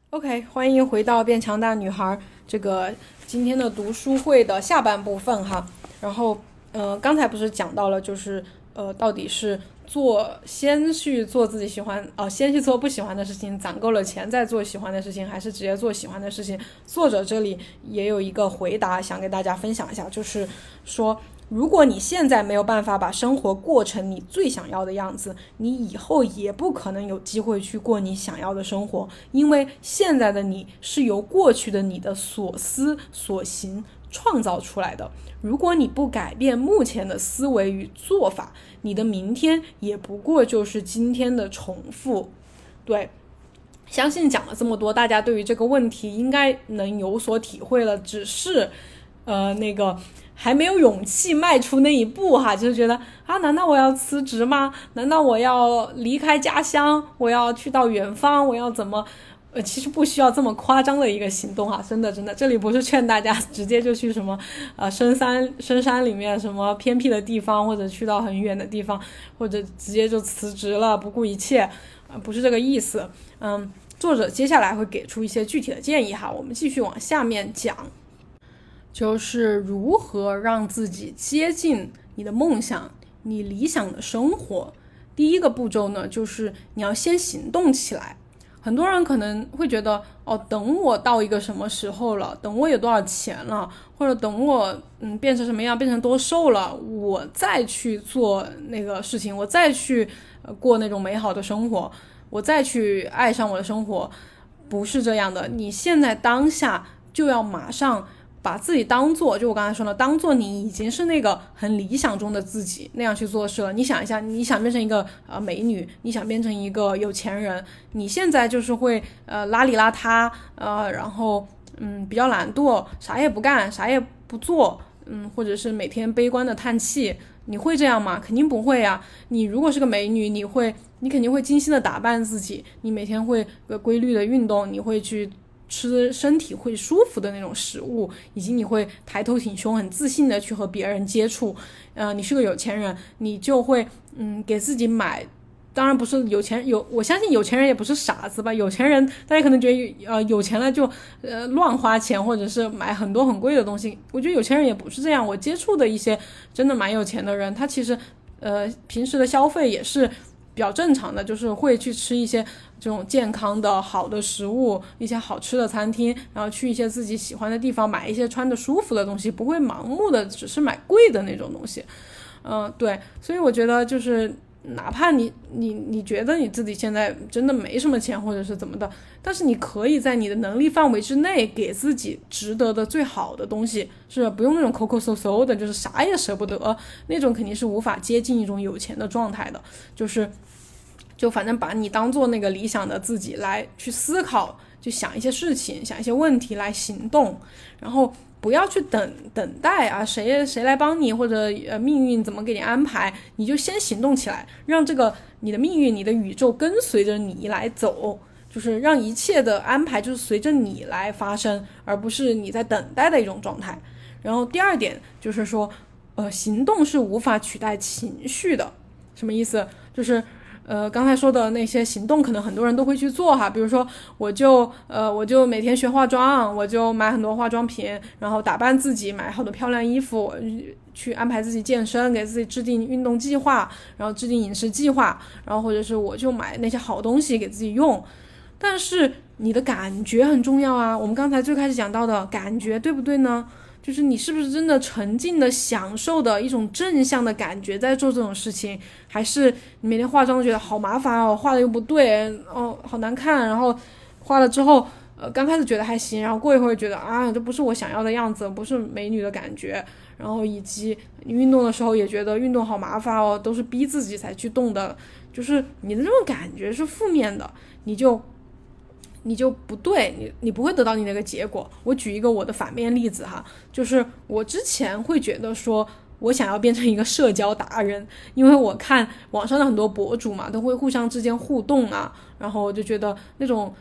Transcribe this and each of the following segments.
OK，欢迎回到变强大女孩这个今天的读书会的下半部分哈。然后，刚才不是讲到了，就是到底是先去做自己喜欢，先去做不喜欢的事情，攒够了钱再做喜欢的事情，还是直接做喜欢的事情？作者这里也有一个回答，想给大家分享一下，就是说，如果你现在没有办法把生活过成你最想要的样子，你以后也不可能有机会去过你想要的生活，因为现在的你是由过去的你的所思所行创造出来的。如果你不改变目前的思维与做法，你的明天也不过就是今天的重复。对，相信讲了这么多，大家对于这个问题应该能有所体会了，只是还没有勇气迈出那一步哈，就是觉得难道我要辞职吗？难道我要离开家乡？我要去到远方？我要怎么？其实不需要这么夸张的一个行动哈，真的，这里不是劝大家直接就去什么深山里面什么偏僻的地方，或者去到很远的地方，或者直接就辞职了，不顾一切，不是这个意思。作者接下来会给出一些具体的建议哈，我们继续往下面讲。就是如何让自己接近你的梦想，你理想的生活。第一个步骤呢，就是你要先行动起来。很多人可能会觉得，等我到一个什么时候了，等我有多少钱了，或者等我变成什么样，变成多瘦了，我再去做那个事情，我再去过那种美好的生活，我再去爱上我的生活。不是这样的，你现在当下就要马上把自己当做，就我刚才说的，当做你已经是那个很理想中的自己那样去做事了。你想一下，你想变成一个美女，你想变成一个有钱人，你现在就是会邋里邋遢，然后比较懒惰，啥也不干，啥也不做，或者是每天悲观的叹气，你会这样吗？肯定不会啊。你如果是个美女，你肯定会精心的打扮自己，你每天会规律的运动，你会去吃身体会舒服的那种食物，以及你会抬头挺胸很自信的去和别人接触。你是个有钱人，你就会给自己买，当然不是我相信有钱人也不是傻子吧。有钱人大家可能觉得有钱了就乱花钱，或者是买很多很贵的东西。我觉得有钱人也不是这样，我接触的一些真的蛮有钱的人，他其实平时的消费也是比较正常的，就是会去吃一些这种健康的好的食物，一些好吃的餐厅，然后去一些自己喜欢的地方买一些穿的舒服的东西，不会盲目的只是买贵的那种东西。对，所以我觉得就是哪怕你觉得你自己现在真的没什么钱或者是怎么的，但是你可以在你的能力范围之内给自己值得的最好的东西，是不用那种抠抠搜搜的，就是啥也舍不得，那种肯定是无法接近一种有钱的状态的。就反正把你当做那个理想的自己来去思考，就想一些事情，想一些问题来行动，然后不要去等待啊，谁来帮你，或者命运怎么给你安排，你就先行动起来，让这个你的命运、你的宇宙跟随着你来走，就是让一切的安排就是随着你来发生，而不是你在等待的一种状态。然后第二点就是说，行动是无法取代情绪的。什么意思？就是刚才说的那些行动，可能很多人都会去做哈。比如说，我就每天学化妆，我就买很多化妆品，然后打扮自己，买好多漂亮衣服，去安排自己健身，给自己制定运动计划，然后制定饮食计划，然后或者是我就买那些好东西给自己用。但是你的感觉很重要啊，我们刚才最开始讲到的感觉，对不对呢？就是你是不是真的沉浸的享受的一种正向的感觉在做这种事情，还是你每天化妆都觉得好麻烦哦，画的又不对哦，好难看，然后画了之后刚开始觉得还行，然后过一会儿觉得这不是我想要的样子，不是美女的感觉，然后以及你运动的时候也觉得运动好麻烦哦，都是逼自己才去动的，就是你的这种感觉是负面的，你就不对，你不会得到你那个结果。我举一个我的反面例子哈，就是我之前会觉得说我想要变成一个社交达人，因为我看网上的很多博主嘛，都会互相之间互动啊，然后我就觉得那种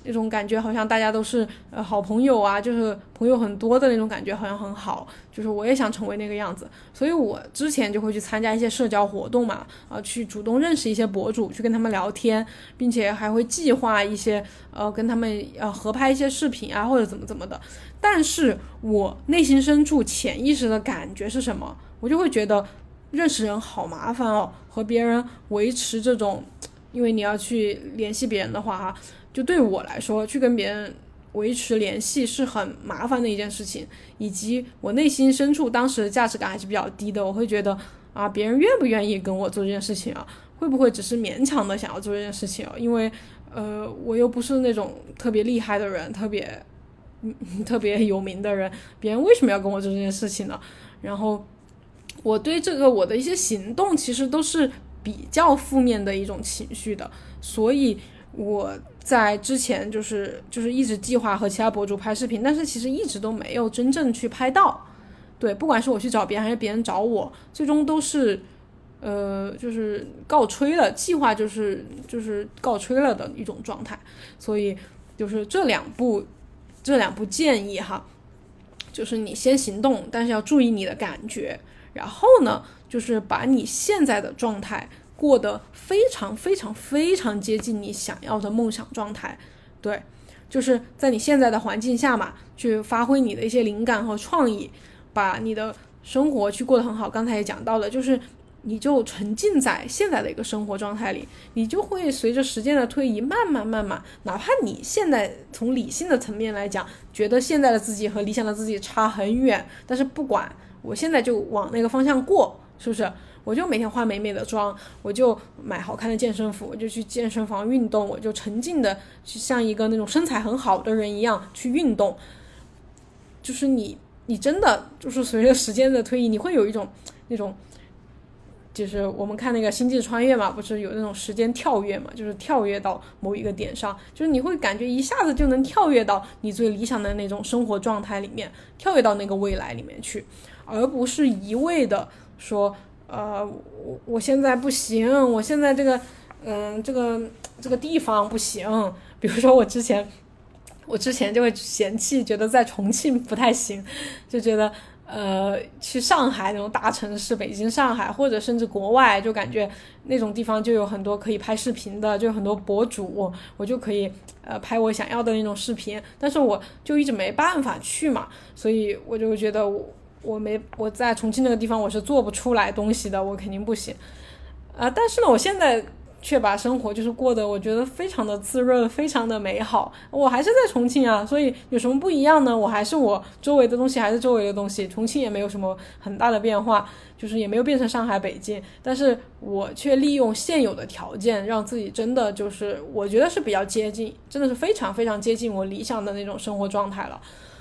那种感觉好像大家都是好朋友啊，就是朋友很多的那种感觉好像很好，就是我也想成为那个样子，所以我之前就会去参加一些社交活动嘛，去主动认识一些博主，去跟他们聊天，并且还会计划一些跟他们合拍一些视频啊，或者怎么的。但是我内心深处潜意识的感觉是什么？我就会觉得认识人好麻烦哦，和别人维持这种，因为你要去联系别人的话就对我来说去跟别人维持联系是很麻烦的一件事情，以及我内心深处当时的价值感还是比较低的，我会觉得别人愿不愿意跟我做这件事情会不会只是勉强的想要做这件事情因为我又不是那种特别厉害的人，特别有名的人，别人为什么要跟我做这件事情呢？然后我对这个我的一些行动其实都是比较负面的一种情绪的，所以我在之前就是一直计划和其他博主拍视频，但是其实一直都没有真正去拍到。对，不管是我去找别人还是别人找我，最终都是就是告吹了，计划就是告吹了的一种状态。所以就是这两部建议就是你先行动，但是要注意你的感觉，然后呢就是把你现在的状态过得非常非常非常接近你想要的梦想状态。对，就是在你现在的环境下嘛，去发挥你的一些灵感和创意，把你的生活去过得很好。刚才也讲到了，就是你就沉浸在现在的一个生活状态里，你就会随着时间的推移慢慢，哪怕你现在从理性的层面来讲觉得现在的自己和理想的自己差很远，但是不管，我现在就往那个方向过，是不是？我就每天化美美的妆，我就买好看的健身服，我就去健身房运动，我就沉浸的去像一个那种身材很好的人一样去运动。就是你真的就是随着时间的推移，你会有一种那种，就是我们看那个星际穿越嘛，不是有那种时间跳跃嘛，就是跳跃到某一个点上，就是你会感觉一下子就能跳跃到你最理想的那种生活状态里面，跳跃到那个未来里面去，而不是一味的说我现在不行，我现在这个地方不行。比如说我之前就会嫌弃，觉得在重庆不太行，就觉得去上海那种大城市，北京、上海，或者甚至国外，就感觉那种地方就有很多可以拍视频的，就有很多博主，我就可以拍我想要的那种视频，但是我就一直没办法去嘛，所以我就觉得我在重庆那个地方我是做不出来东西的，我肯定不行但是呢，我现在却把生活就是过得我觉得非常的滋润，非常的美好。我还是在重庆所以有什么不一样呢？我还是我周围的东西还是周围的东西，重庆也没有什么很大的变化，就是也没有变成上海、北京，但是我却利用现有的条件，让自己真的就是我觉得是比较接近，真的是非常非常接近我理想的那种生活状态了。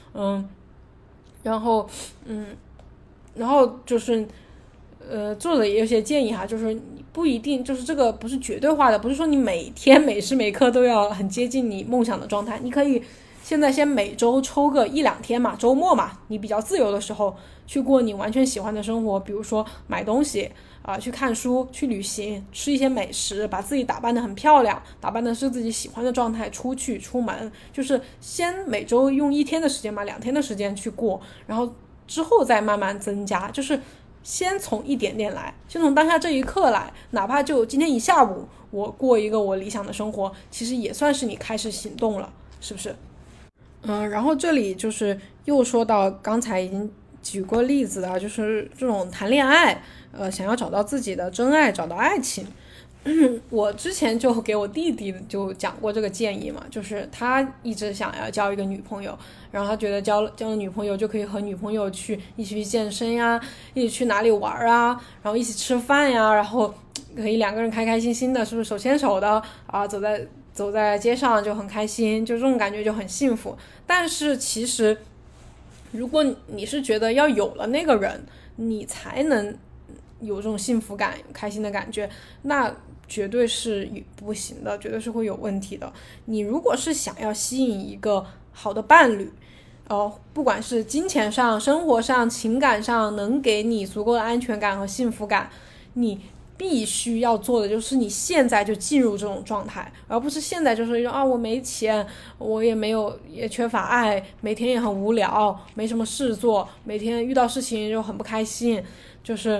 然后就是作者也有些建议就是你不一定，就是这个不是绝对化的，不是说你每天每时每刻都要很接近你梦想的状态，你可以现在先每周抽个1-2天嘛，周末嘛，你比较自由的时候去过你完全喜欢的生活，比如说买东西去看书，去旅行，吃一些美食，把自己打扮得很漂亮，打扮的是自己喜欢的状态，出门，就是先每周用1天的时间嘛，2天的时间去过，然后之后再慢慢增加，就是先从一点点来，先从当下这一刻来，哪怕就今天一下午我过一个我理想的生活，其实也算是你开始行动了，是不是？然后这里就是又说到刚才已经举过例子的，就是这种谈恋爱，想要找到自己的真爱，找到爱情。我之前就给我弟弟就讲过这个建议嘛，就是他一直想要交一个女朋友，然后他觉得交了女朋友就可以和女朋友一起去健身呀，一起去哪里玩啊，然后一起吃饭呀，然后可以2个人开开心心的，是不是手牵手的走在街上就很开心，就这种感觉就很幸福。但是其实如果你是觉得要有了那个人你才能有这种幸福感开心的感觉，那绝对是不行的，绝对是会有问题的。你如果是想要吸引一个好的伴侣不管是金钱上、生活上、情感上能给你足够的安全感和幸福感，你必须要做的就是你现在就进入这种状态，而不是现在就是说我没钱，我也缺乏爱，每天也很无聊，没什么事做，每天遇到事情就很不开心，就是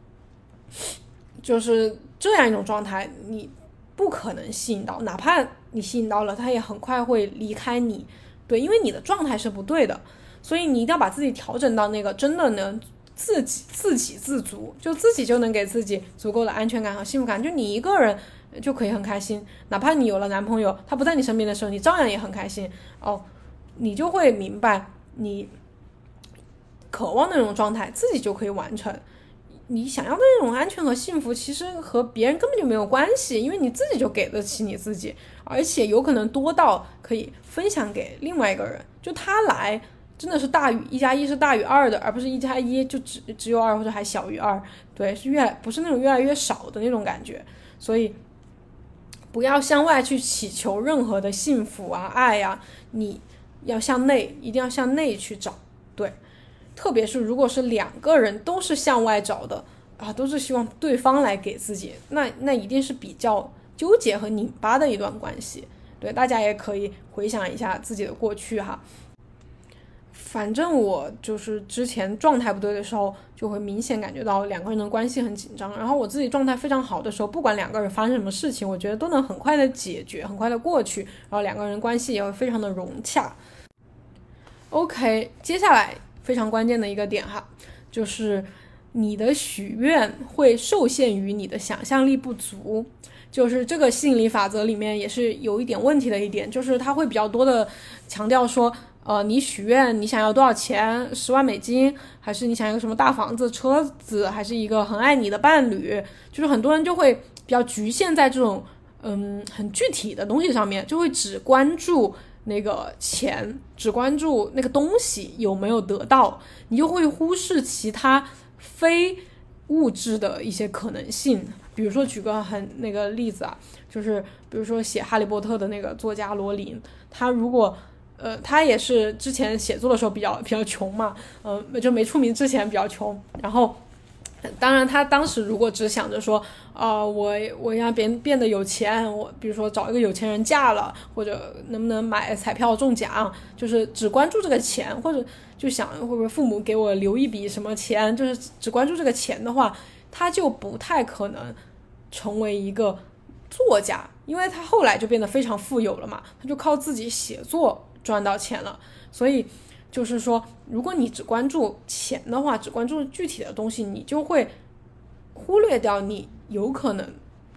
这样一种状态，你不可能吸引到，哪怕你吸引到了，他也很快会离开你。对，因为你的状态是不对的，所以你一定要把自己调整到那个真的能自给自足，就自己就能给自己足够的安全感和幸福感，就你一个人就可以很开心，哪怕你有了男朋友，他不在你身边的时候，你照样也很开心你就会明白你渴望的那种状态自己就可以完成。你想要的那种安全和幸福其实和别人根本就没有关系，因为你自己就给得起你自己，而且有可能多到可以分享给另外一个人，就他来真的是1+1是大于2的，而不是1+1就只有2或者还小于2。对，不是那种越来越少的那种感觉。所以不要向外去祈求任何的幸福爱你要向内，一定要向内去找。对，特别是如果是2个人都是向外找的都是希望对方来给自己，那一定是比较纠结和拧巴的一段关系。对，大家也可以回想一下自己的过去反正我就是之前状态不对的时候，就会明显感觉到2个人的关系很紧张，然后我自己状态非常好的时候，不管2个人发生什么事情，我觉得都能很快的解决，很快的过去，然后2个人关系也会非常的融洽。OK， 接下来非常关键的一个点就是你的许愿会受限于你的想象力不足。就是这个吸引力法则里面也是有一点问题的一点，就是它会比较多的强调说你许愿你想要多少钱，10万美金，还是你想要一个什么大房子车子，还是一个很爱你的伴侣，就是很多人就会比较局限在这种很具体的东西上面，就会只关注那个钱，只关注那个东西有没有得到，你就会忽视其他非物质的一些可能性。比如说举个那个例子就是比如说写哈利波特的那个作家罗琳，他如果他也是之前写作的时候比较穷嘛，就没出名之前比较穷，然后当然他当时如果只想着说我要变得有钱，我比如说找一个有钱人嫁了，或者能不能买彩票中奖，就是只关注这个钱，或者就想会不会父母给我留一笔什么钱，就是只关注这个钱的话，他就不太可能成为一个作家，因为他后来就变得非常富有了嘛，他就靠自己写作赚到钱了。所以就是说如果你只关注钱的话，只关注具体的东西，你就会忽略掉你有可能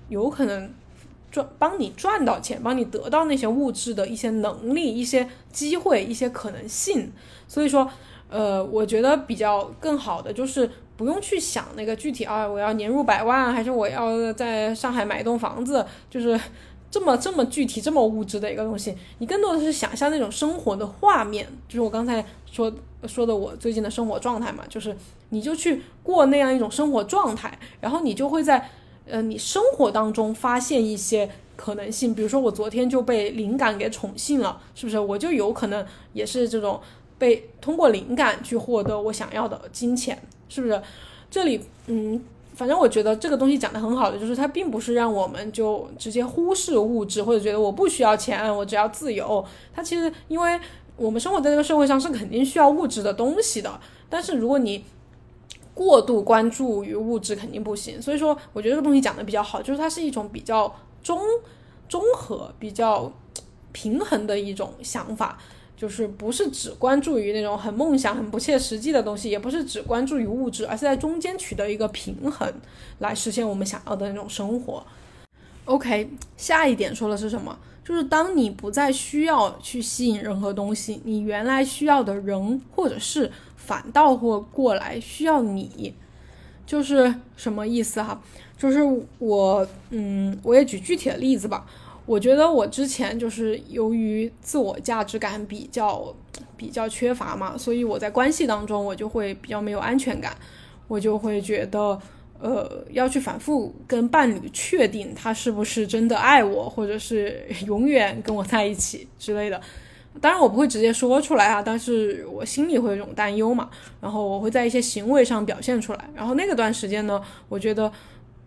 帮你赚到钱，帮你得到那些物质的一些能力、一些机会、一些可能性。所以说我觉得比较更好的就是不用去想那个具体我要年入100万，还是我要在上海买一栋房子，就是这么具体这么物质的一个东西，你更多的是想象那种生活的画面，就是我刚才说的我最近的生活状态嘛，就是你就去过那样一种生活状态，然后你就会在你生活当中发现一些可能性。比如说我昨天就被灵感给宠幸了，是不是我就有可能也是这种被通过灵感去获得我想要的金钱，是不是？这里反正我觉得这个东西讲得很好的，就是它并不是让我们就直接忽视物质，或者觉得我不需要钱，我只要自由。它其实因为我们生活在这个社会上是肯定需要物质的东西的，但是如果你过度关注于物质肯定不行。所以说我觉得这个东西讲得比较好，就是它是一种比较综合比较平衡的一种想法，就是不是只关注于那种很梦想很不切实际的东西，也不是只关注于物质，而是在中间取得一个平衡来实现我们想要的那种生活。 OK， 下一点说的是什么？就是当你不再需要去吸引任何东西，你原来需要的人或者是反倒或过来需要你。就是什么意思就是我也举具体的例子吧。我觉得我之前就是由于自我价值感比较缺乏嘛，所以我在关系当中我就会比较没有安全感，我就会觉得要去反复跟伴侣确定他是不是真的爱我，或者是永远跟我在一起之类的。当然我不会直接说出来但是我心里会有一种担忧嘛，然后我会在一些行为上表现出来。然后那个段时间呢，我觉得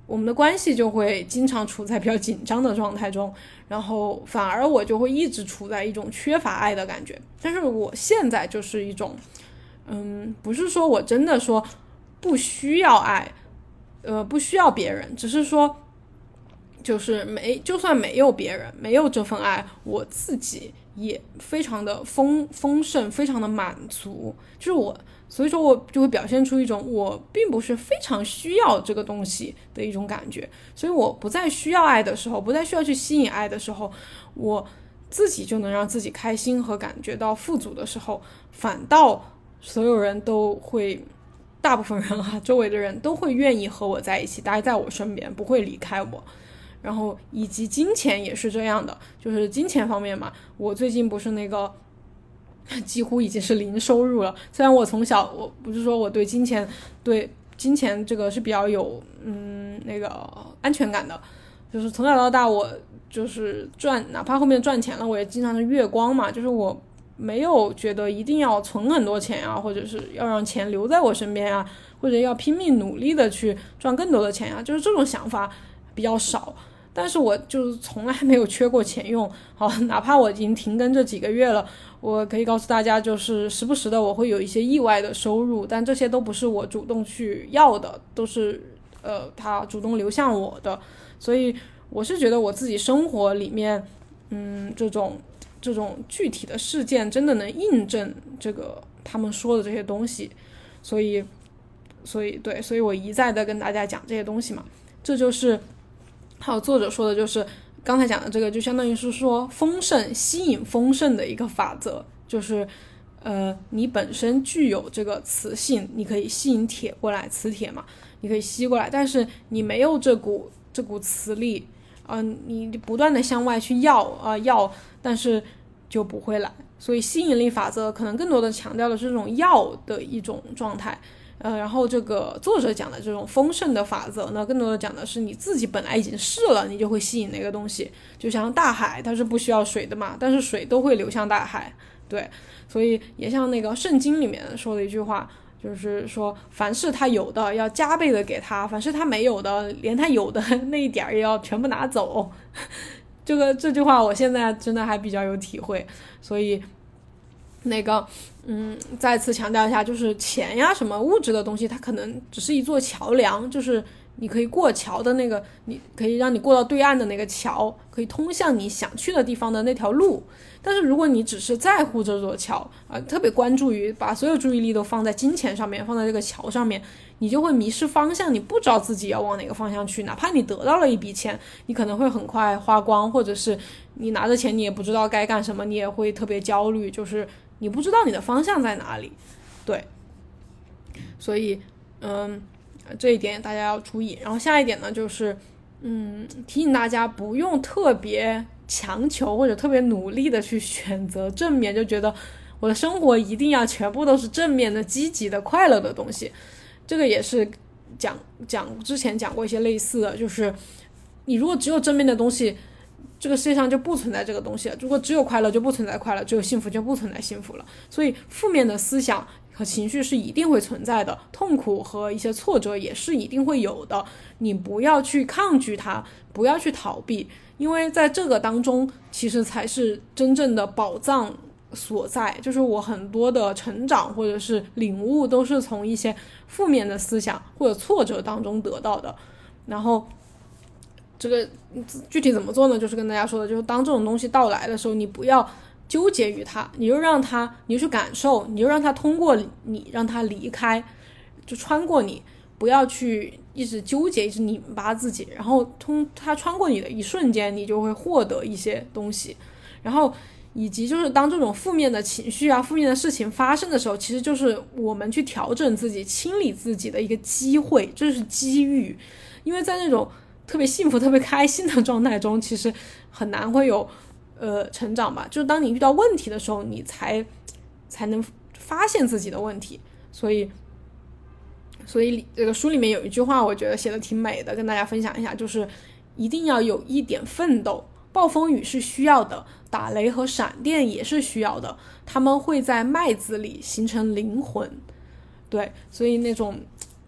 我们的关系就会经常处在比较紧张的状态中，然后反而我就会一直处在一种缺乏爱的感觉。但是我现在就是一种不是说我真的说不需要爱，不需要别人，只是说就是就算没有别人，没有这份爱，我自己也非常的丰盛，非常的满足。所以说我就会表现出一种我并不是非常需要这个东西的一种感觉。所以我不再需要爱的时候，不再需要去吸引爱的时候，我自己就能让自己开心和感觉到富足的时候，反倒所有人都会，大部分人周围的人都会愿意和我在一起，待在我身边，不会离开我。然后以及金钱也是这样的，就是金钱方面嘛，我最近不是那个几乎已经是零收入了。虽然我从小，我不是说我对金钱这个是比较有那个安全感的，就是从小到大我就是哪怕后面赚钱了，我也经常是月光嘛，就是我没有觉得一定要存很多钱啊，或者是要让钱留在我身边啊，或者要拼命努力的去赚更多的钱啊，就是这种想法比较少。但是我就是从来没有缺过钱用，好，哪怕我已经停更这几个月了，我可以告诉大家，就是时不时的我会有一些意外的收入，但这些都不是我主动去要的，都是他主动流向我的。所以我是觉得我自己生活里面这种具体的事件真的能印证这个他们说的这些东西，所以我一再的跟大家讲这些东西嘛。这就是还有作者说的，就是刚才讲的这个，就相当于是说丰盛吸引丰盛的一个法则，就是你本身具有这个磁性，你可以吸引铁过来，磁铁嘛，你可以吸过来，但是你没有这股磁力你不断的向外去要，但是就不会来。所以吸引力法则可能更多的强调的是这种要的一种状态。然后这个作者讲的这种丰盛的法则呢，更多的讲的是你自己本来已经是了，你就会吸引那个东西。就像大海，它是不需要水的嘛，但是水都会流向大海。对，所以也像那个圣经里面说的一句话，就是说凡是他有的要加倍的给他，凡是他没有的，连他有的那一点也要全部拿走。这句话我现在真的还比较有体会。所以那个再次强调一下，就是钱呀什么物质的东西，它可能只是一座桥梁，就是你可以过桥的那个，你可以让你过到对岸的那个桥，可以通向你想去的地方的那条路。但是如果你只是在乎这座桥特别关注于把所有注意力都放在金钱上面，放在这个桥上面，你就会迷失方向，你不知道自己要往哪个方向去。哪怕你得到了一笔钱，你可能会很快花光，或者是你拿着钱你也不知道该干什么，你也会特别焦虑，就是你不知道你的方向在哪里。对，所以这一点大家要注意。然后下一点呢，就是提醒大家不用特别强求或者特别努力的去选择正面，就觉得我的生活一定要全部都是正面的、积极的、快乐的东西。这个也是之前讲过一些类似的，就是你如果只有正面的东西，这个世界上就不存在这个东西了。如果只有快乐就不存在快乐，只有幸福就不存在幸福了。所以负面的思想和情绪是一定会存在的，痛苦和一些挫折也是一定会有的。你不要去抗拒它，不要去逃避，因为在这个当中其实才是真正的宝藏所在。就是我很多的成长或者是领悟都是从一些负面的思想或者挫折当中得到的。然后这个具体怎么做呢，就是跟大家说的，就是当这种东西到来的时候，你不要纠结于它，你就去感受，你就让它通过你，让它离开，就穿过你，不要去一直纠结，一直拧巴自己。然后它穿过你的一瞬间，你就会获得一些东西。然后以及就是当这种负面的情绪负面的事情发生的时候，其实就是我们去调整自己、清理自己的一个机会，这是机遇。因为在那种特别幸福特别开心的状态中，其实很难会有成长吧。就是当你遇到问题的时候，你才能发现自己的问题。所以这个书里面有一句话我觉得写的挺美的，跟大家分享一下，就是一定要有一点奋斗。暴风雨是需要的，打雷和闪电也是需要的，他们会在麦子里形成灵魂。对，所以那种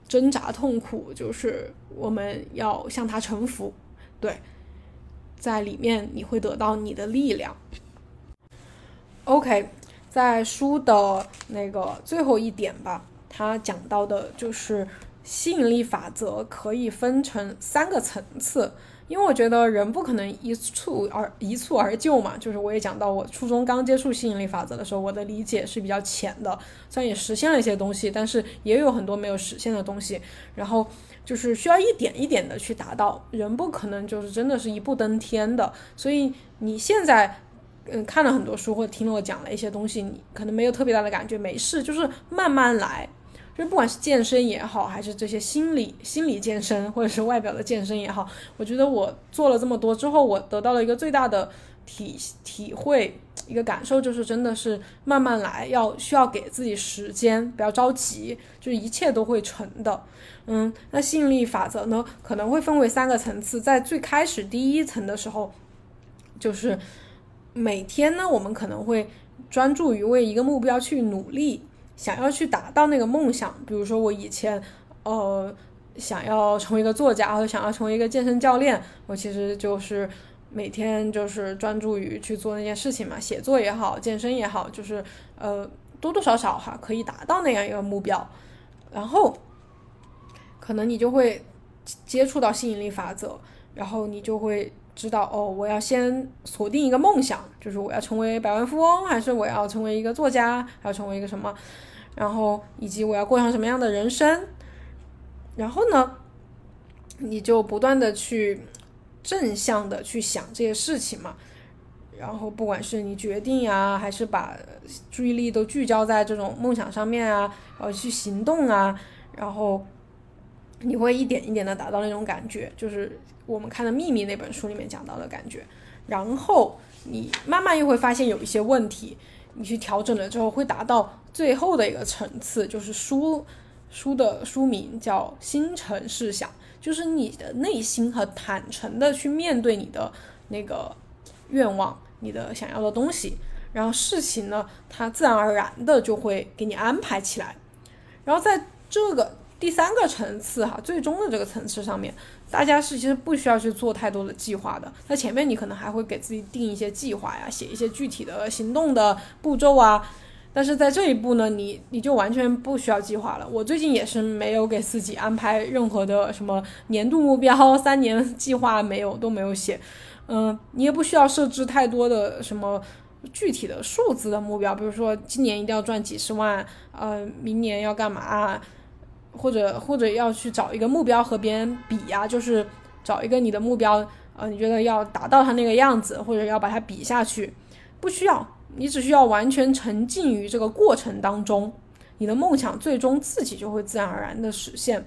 挣扎痛苦，就是我们要向它臣服。对，在里面你会得到你的力量。OK， 在书的那个最后一点吧，他讲到的就是吸引力法则可以分成3个层次。因为我觉得人不可能一蹴而就嘛，就是我也讲到我初中刚接触吸引力法则的时候，我的理解是比较浅的，虽然也实现了一些东西，但是也有很多没有实现的东西，然后就是需要一点一点的去达到，人不可能就是真的是一步登天的。所以你现在看了很多书或者听了我讲了一些东西，你可能没有特别大的感觉，没事，就是慢慢来。就不管是健身也好，还是这些心理健身，或者是外表的健身也好，我觉得我做了这么多之后，我得到了一个最大的体会，一个感受，就是真的是慢慢来，需要给自己时间，不要着急，就是一切都会成的。那吸引力法则呢，可能会分为3个层次。在最开始第一层的时候，就是每天呢，我们可能会专注于为一个目标去努力，想要去达到那个梦想。比如说我以前想要成为一个作家，或者想要成为一个健身教练，我其实就是每天就是专注于去做那件事情嘛，写作也好，健身也好，就是多多少少可以达到那样一个目标。然后可能你就会接触到吸引力法则，然后你就会知道我要先锁定一个梦想，就是我要成为百万富翁，还是我要成为一个作家，还要成为一个什么，然后以及我要过上什么样的人生。然后呢，你就不断的去正向的去想这些事情嘛，然后不管是你决定啊，还是把注意力都聚焦在这种梦想上面啊，然后去行动啊，然后你会一点一点的达到那种感觉，就是我们看的《秘密》那本书里面讲到的感觉。然后你慢慢又会发现有一些问题，你去调整了之后，会达到最后的一个层次，就是书的书名叫心诚事想，就是你的内心很坦诚的去面对你的那个愿望，你的想要的东西，然后事情呢，它自然而然的就会给你安排起来。然后在这个第3个层次最终的这个层次上面，大家是其实不需要去做太多的计划的。在前面你可能还会给自己定一些计划呀，写一些具体的行动的步骤啊，但是在这一步呢，你就完全不需要计划了。我最近也是没有给自己安排任何的什么年度目标、3年计划，都没有写。你也不需要设置太多的什么具体的数字的目标，比如说今年一定要赚几十万，明年要干嘛，或者要去找一个目标和别人比呀，就是找一个你的目标，你觉得要达到它那个样子，或者要把它比下去，不需要，你只需要完全沉浸于这个过程当中，你的梦想最终自己就会自然而然的实现。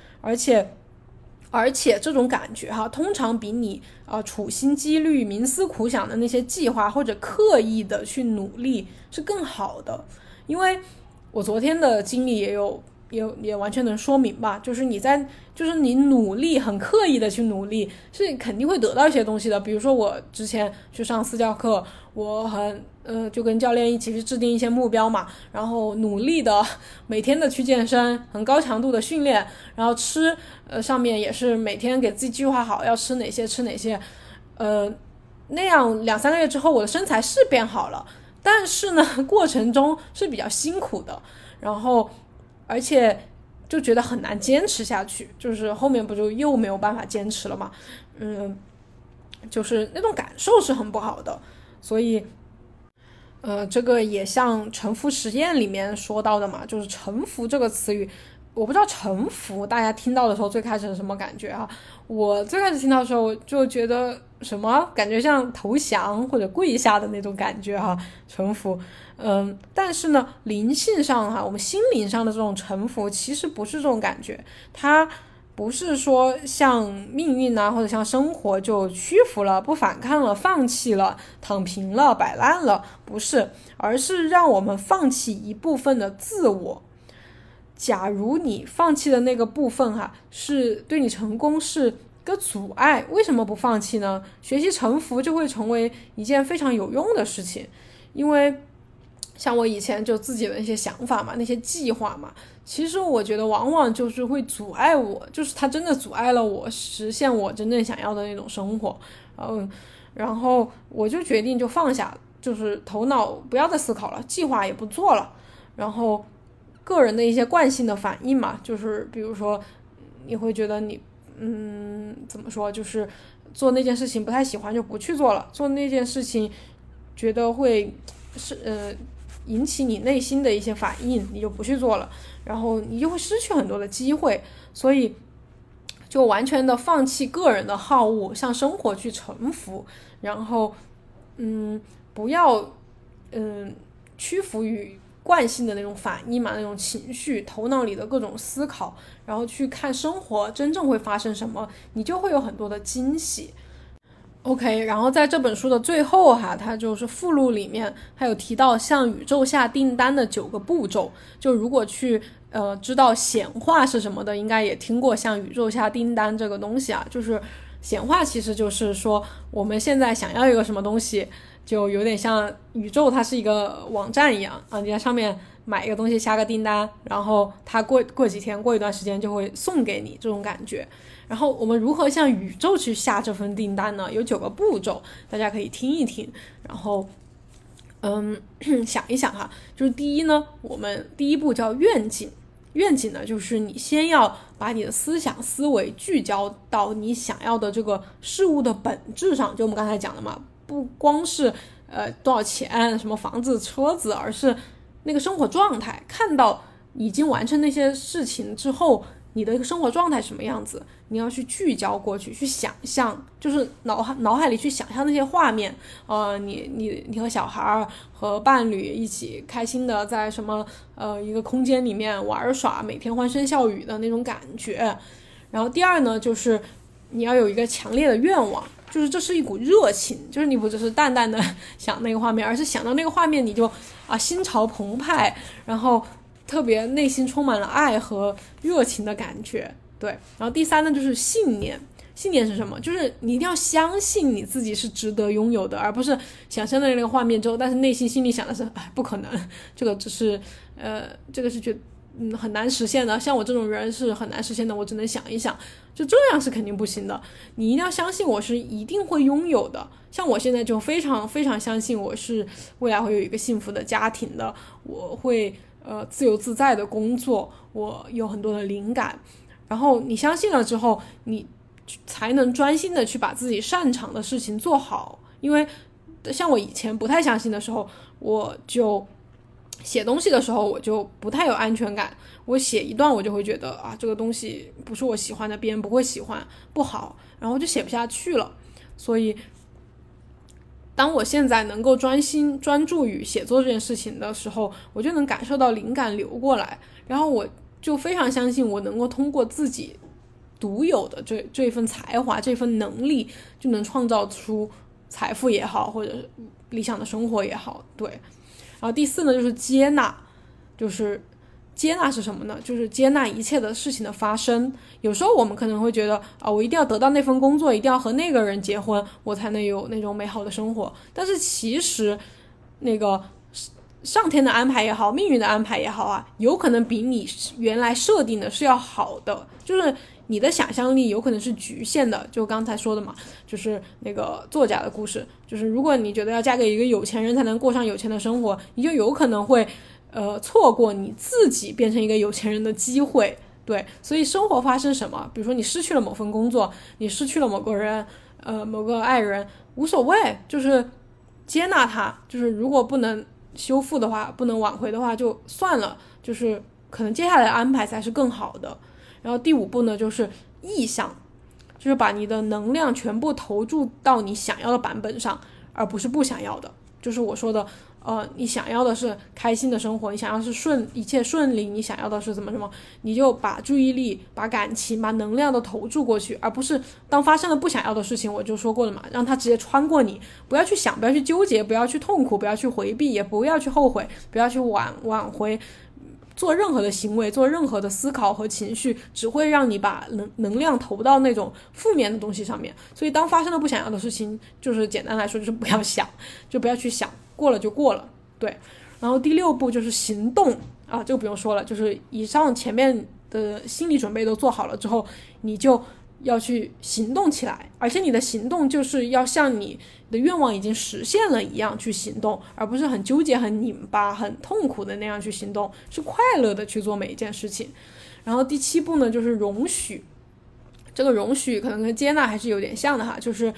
而且这种感觉通常比你处心积虑、冥思苦想的那些计划或者刻意的去努力是更好的。因为我昨天的经历也完全能说明吧，就是你努力，很刻意的去努力，是肯定会得到一些东西的。比如说我之前去上私教课，我就跟教练一起去制定一些目标嘛，然后努力的每天的去健身，很高强度的训练，然后吃上面也是每天给自己计划好要吃哪些，那样2-3个月之后我的身材是变好了，但是呢过程中是比较辛苦的，然后而且就觉得很难坚持下去，就是后面不就又没有办法坚持了嘛，就是那种感受是很不好的。所以这个也像臣服实验里面说到的嘛，就是臣服这个词语，我不知道臣服大家听到的时候最开始是什么感觉我最开始听到的时候就觉得什么感觉像投降或者跪下的那种感觉臣服。但是呢灵性上我们心灵上的这种臣服其实不是这种感觉，它不是说像命运或者像生活就屈服了，不反抗了，放弃了，躺平了，摆烂了，不是，而是让我们放弃一部分的自我。假如你放弃的那个部分是对你成功是个阻碍，为什么不放弃呢？学习臣服就会成为一件非常有用的事情。因为像我以前就自己的那些想法嘛，那些计划嘛，其实我觉得往往就是会阻碍我，就是它真的阻碍了我实现我真正想要的那种生活。然后我就决定就放下，就是头脑不要再思考了，计划也不做了，然后个人的一些惯性的反应嘛，就是比如说你会觉得你怎么说，就是做那件事情不太喜欢就不去做了，做那件事情觉得会引起你内心的一些反应，你就不去做了，然后你就会失去很多的机会，所以就完全的放弃个人的好恶，向生活去臣服，然后不要屈服于惯性的那种反应嘛，那种情绪，头脑里的各种思考，然后去看生活真正会发生什么，你就会有很多的惊喜。OK， 然后在这本书的最后它就是附录里面还有提到向宇宙下订单的9个步骤，就如果去知道显化是什么的，应该也听过向宇宙下订单这个东西啊。就是显化其实就是说我们现在想要一个什么东西，就有点像宇宙它是一个网站一样啊，你在上面买一个东西下个订单，然后它过几天过一段时间就会送给你，这种感觉。然后我们如何向宇宙去下这份订单呢？有9个步骤，大家可以听一听，然后想一想就是第一呢，我们第一步叫愿景。愿景呢，就是你先要把你的思想思维聚焦到你想要的这个事物的本质上，就我们刚才讲的嘛，不光是多少钱什么房子车子，而是那个生活状态，看到已经完成那些事情之后你的一个生活状态什么样子，你要去聚焦过去，去想象，就是脑海里去想象那些画面，你和小孩和伴侣一起开心的在什么一个空间里面玩耍，每天欢声笑语的那种感觉。然后第二呢，就是你要有一个强烈的愿望，就是这是一股热情，就是你不只是淡淡的想那个画面，而是想到那个画面你就心潮澎湃，然后特别内心充满了爱和热情的感觉。对，然后第三呢，就是信念。信念是什么？就是你一定要相信你自己是值得拥有的，而不是想象的那个画面之后，但是内心心里想的是不可能，这个只是这个是很难实现的，像我这种人是很难实现的，我只能想一想，就这样是肯定不行的。你一定要相信我是一定会拥有的，像我现在就非常非常相信我是未来会有一个幸福的家庭的，我会自由自在的工作，我有很多的灵感。然后你相信了之后，你才能专心的去把自己擅长的事情做好。因为像我以前不太相信的时候，我就写东西的时候我就不太有安全感，我写一段我就会觉得这个东西不是我喜欢的，别人不会喜欢，不好，然后就写不下去了。所以当我现在能够专注于写作这件事情的时候，我就能感受到灵感流过来，然后我就非常相信我能够通过自己独有的这份才华，这份能力，就能创造出财富也好，或者理想的生活也好。对，然后第四呢，就是接纳。就是接纳是什么呢？就是接纳一切的事情的发生。有时候我们可能会觉得我一定要得到那份工作，一定要和那个人结婚，我才能有那种美好的生活。但是其实那个上天的安排也好，命运的安排也好有可能比你原来设定的是要好的。就是你的想象力有可能是局限的，就刚才说的嘛，就是那个作家的故事，就是如果你觉得要嫁给一个有钱人才能过上有钱的生活，你就有可能会错过你自己变成一个有钱人的机会。对，所以生活发生什么，比如说你失去了某份工作，你失去了某个人某个爱人，无所谓，就是接纳它，就是如果不能修复的话，不能挽回的话就算了，就是可能接下来的安排才是更好的。然后第5步呢，就是意向，就是把你的能量全部投注到你想要的版本上，而不是不想要的。就是我说的你想要的是开心的生活，你想要是一切顺利，你想要的是怎么什么，你就把注意力把感情把能量都投注过去，而不是当发生了不想要的事情，我就说过了嘛，让它直接穿过你，不要去想，不要去纠结，不要去痛苦，不要去回避，也不要去后悔，不要去挽回，做任何的行为，做任何的思考和情绪，只会让你把能量投到那种负面的东西上面。所以当发生了不想要的事情，就是简单来说就是不要想，就不要去想，过了就过了。对， 然后第6步就是行动啊，这个不用说了，就是以上前面的心理准备都做好了之后，你就要去行动起来，而且你的行动就是要像你的愿望已经实现了一样去行动，而不是很纠结、很拧巴、很痛苦的那样去行动，是快乐的去做每一件事情。然后第7步呢，就是容许。这个容许可能跟接纳还是有点像的哈，就是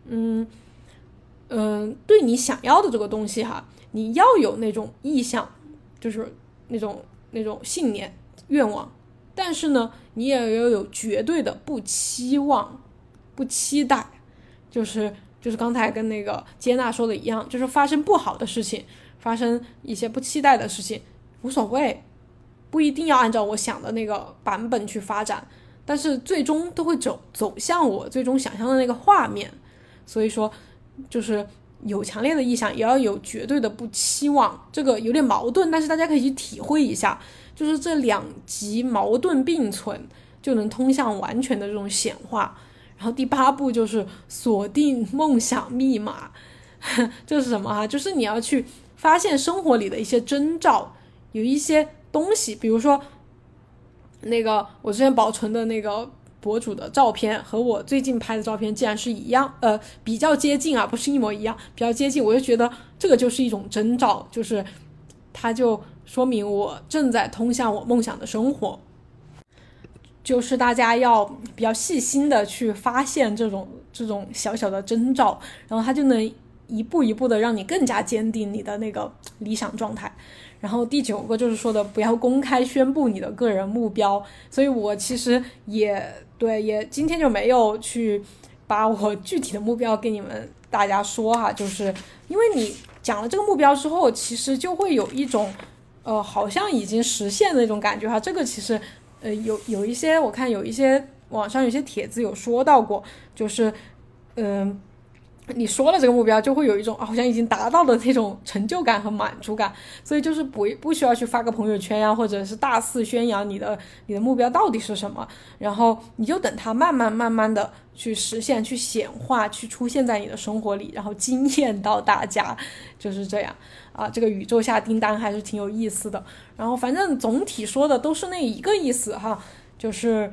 对你想要的这个东西哈，你要有那种意向，就是那种信念、愿望，但是呢，你也要有绝对的不期望、不期待，就是刚才跟那个接纳说的一样，就是发生不好的事情，发生一些不期待的事情，无所谓，不一定要按照我想的那个版本去发展，但是最终都会走向我最终想象的那个画面。所以说就是有强烈的意向，也要有绝对的不期望，这个有点矛盾，但是大家可以去体会一下，就是这2极矛盾并存，就能通向完全的这种显化。然后第8步就是锁定梦想密码这是什么啊？就是你要去发现生活里的一些征兆，有一些东西，比如说那个我之前保存的那个博主的照片和我最近拍的照片既然是一样，比较接近啊，不是一模一样，比较接近，我就觉得这个就是一种征兆，就是它就说明我正在通向我梦想的生活。就是大家要比较细心的去发现这种小小的征兆，然后它就能一步一步的让你更加坚定你的那个理想状态。然后第9个就是说的不要公开宣布你的个人目标，所以我其实也今天就没有去把我具体的目标给你们大家说哈，就是因为你讲了这个目标之后，其实就会有一种好像已经实现的那种感觉哈。这个其实有一些我看有一些网上有些帖子有说到过，就是你说了这个目标就会有一种好像已经达到的那种成就感和满足感，所以就是不需要去发个朋友圈呀，或者是大肆宣扬你的目标到底是什么，然后你就等它慢慢的去实现，去显化，去出现在你的生活里，然后惊艳到大家，就是这样啊。这个宇宙下订单还是挺有意思的，然后反正总体说的都是那一个意思哈，就是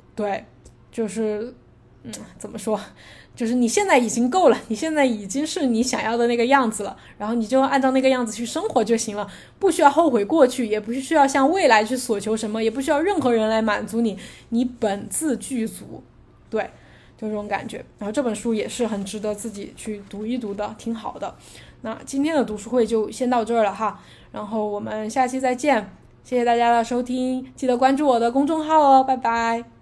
怎么说，就是你现在已经够了，你现在已经是你想要的那个样子了，然后你就按照那个样子去生活就行了，不需要后悔过去，也不需要向未来去索求什么，也不需要任何人来满足你，你本自具足，对，就这种感觉。然后这本书也是很值得自己去读一读的，挺好的。那今天的读书会就先到这儿了哈，然后我们下期再见，谢谢大家的收听，记得关注我的公众号哦，拜拜。